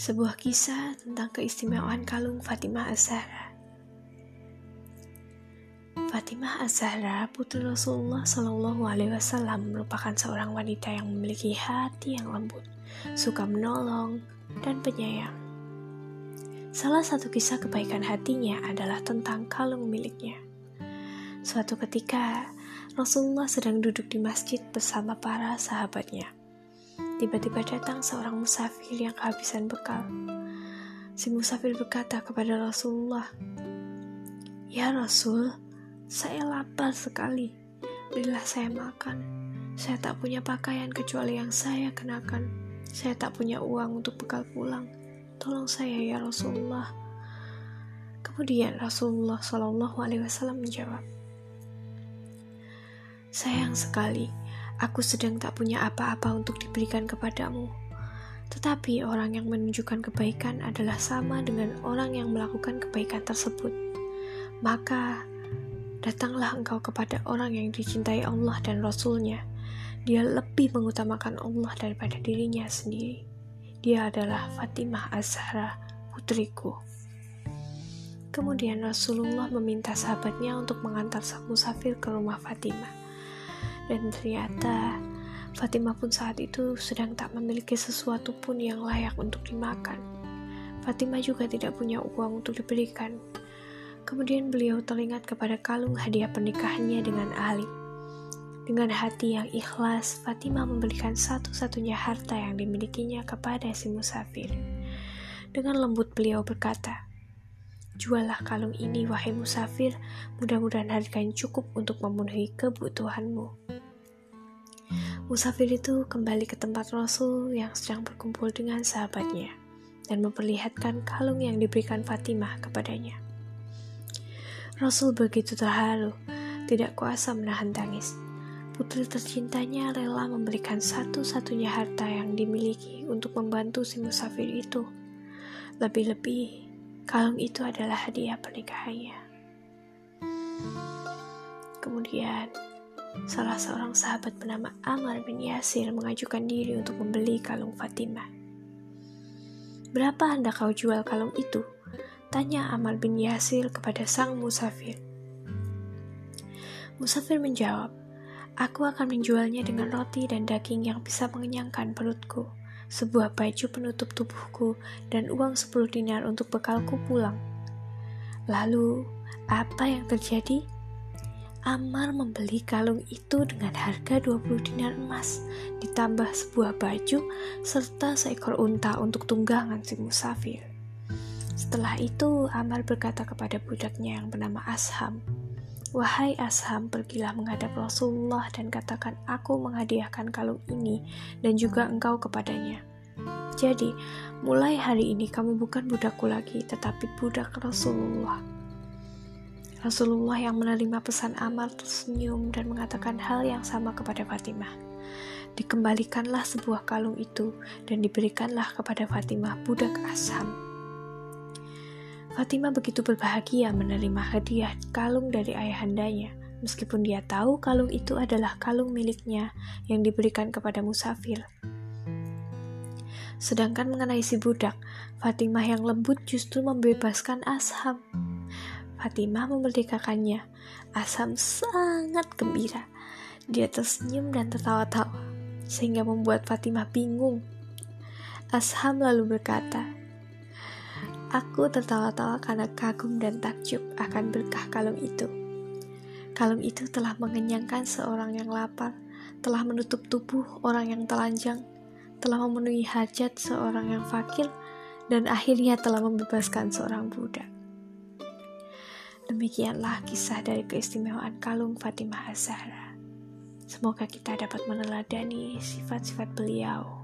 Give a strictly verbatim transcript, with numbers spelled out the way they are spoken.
Sebuah kisah tentang keistimewaan kalung Fatimah Az-Zahra. Fatimah Az-Zahra, putri Rasulullah Shallallahu Alaihi Wasallam, merupakan seorang wanita yang memiliki hati yang lembut, suka menolong, dan penyayang. Salah satu kisah kebaikan hatinya adalah tentang kalung miliknya. Suatu ketika, Rasulullah sedang duduk di masjid bersama para sahabatnya. Tiba-tiba datang seorang musafir yang kehabisan bekal. Si musafir berkata kepada Rasulullah, "Ya Rasul, saya lapar sekali. Berilah saya makan. Saya tak punya pakaian kecuali yang saya kenakan. Saya tak punya uang untuk bekal pulang. Tolong saya ya Rasulullah." Kemudian Rasulullah Shallallahu Alaihi Wasallam menjawab, "Sayang sekali, aku sedang tak punya apa-apa untuk diberikan kepadamu. Tetapi orang yang menunjukkan kebaikan adalah sama dengan orang yang melakukan kebaikan tersebut. Maka, datanglah engkau kepada orang yang dicintai Allah dan Rasul-Nya. Dia lebih mengutamakan Allah daripada dirinya sendiri. Dia adalah Fatimah Az-Zahra, putriku." Kemudian Rasulullah meminta sahabatnya untuk mengantar sang musafir ke rumah Fatimah. Dan ternyata Fatimah pun saat itu sedang tak memiliki sesuatu pun yang layak untuk dimakan. Fatimah juga tidak punya uang untuk diberikan. Kemudian beliau teringat kepada kalung hadiah pernikahannya dengan Ali. Dengan hati yang ikhlas, Fatimah memberikan satu-satunya harta yang dimilikinya kepada si musafir. Dengan lembut beliau berkata, "Jualah kalung ini wahai musafir, mudah-mudahan harganya cukup untuk memenuhi kebutuhanmu." Musafir itu kembali ke tempat Rasul yang sedang berkumpul dengan sahabatnya dan memperlihatkan kalung yang diberikan Fatimah kepadanya. Rasul begitu terharu, tidak kuasa menahan tangis. Putri tercintanya rela memberikan satu-satunya harta yang dimiliki untuk membantu si musafir itu. Lebih-lebih, kalung itu adalah hadiah pernikahannya. Kemudian, salah seorang sahabat bernama Ammar bin Yasir mengajukan diri untuk membeli kalung Fatimah. "Berapa hendak kau jual kalung itu?" tanya Ammar bin Yasir kepada sang musafir. Musafir menjawab, "Aku akan menjualnya dengan roti dan daging yang bisa mengenyangkan perutku, sebuah baju penutup tubuhku, dan uang sepuluh dinar untuk bekalku pulang." Lalu, apa yang terjadi? Ammar membeli kalung itu dengan harga dua puluh dinar emas, ditambah sebuah baju, serta seekor unta untuk tunggangan si musafir. Setelah itu, Ammar berkata kepada budaknya yang bernama Asham, "Wahai Asham, pergilah menghadap Rasulullah dan katakan aku menghadiahkan kalung ini dan juga engkau kepadanya. Jadi, mulai hari ini kamu bukan budakku lagi, tetapi budak Rasulullah." Rasulullah yang menerima pesan Ammar tersenyum dan mengatakan hal yang sama kepada Fatimah. Dikembalikanlah sebuah kalung itu dan diberikanlah kepada Fatimah budak Asham. Fatimah begitu berbahagia menerima hadiah kalung dari ayahandanya, meskipun dia tahu kalung itu adalah kalung miliknya yang diberikan kepada musafir. Sedangkan mengenai si budak, Fatimah yang lembut justru membebaskan Asham. Fatimah memerdekakannya. Asham sangat gembira. Dia tersenyum dan tertawa-tawa, sehingga membuat Fatimah bingung. Asham lalu berkata, "Aku tertawa-tawa karena kagum dan takjub akan berkah kalung itu. Kalung itu telah mengenyangkan seorang yang lapar, telah menutup tubuh orang yang telanjang, telah memenuhi hajat seorang yang fakir, dan akhirnya telah membebaskan seorang budak." Demikianlah kisah dari keistimewaan kalung Fatimah Az-Zahra. Semoga kita dapat meneladani sifat-sifat beliau.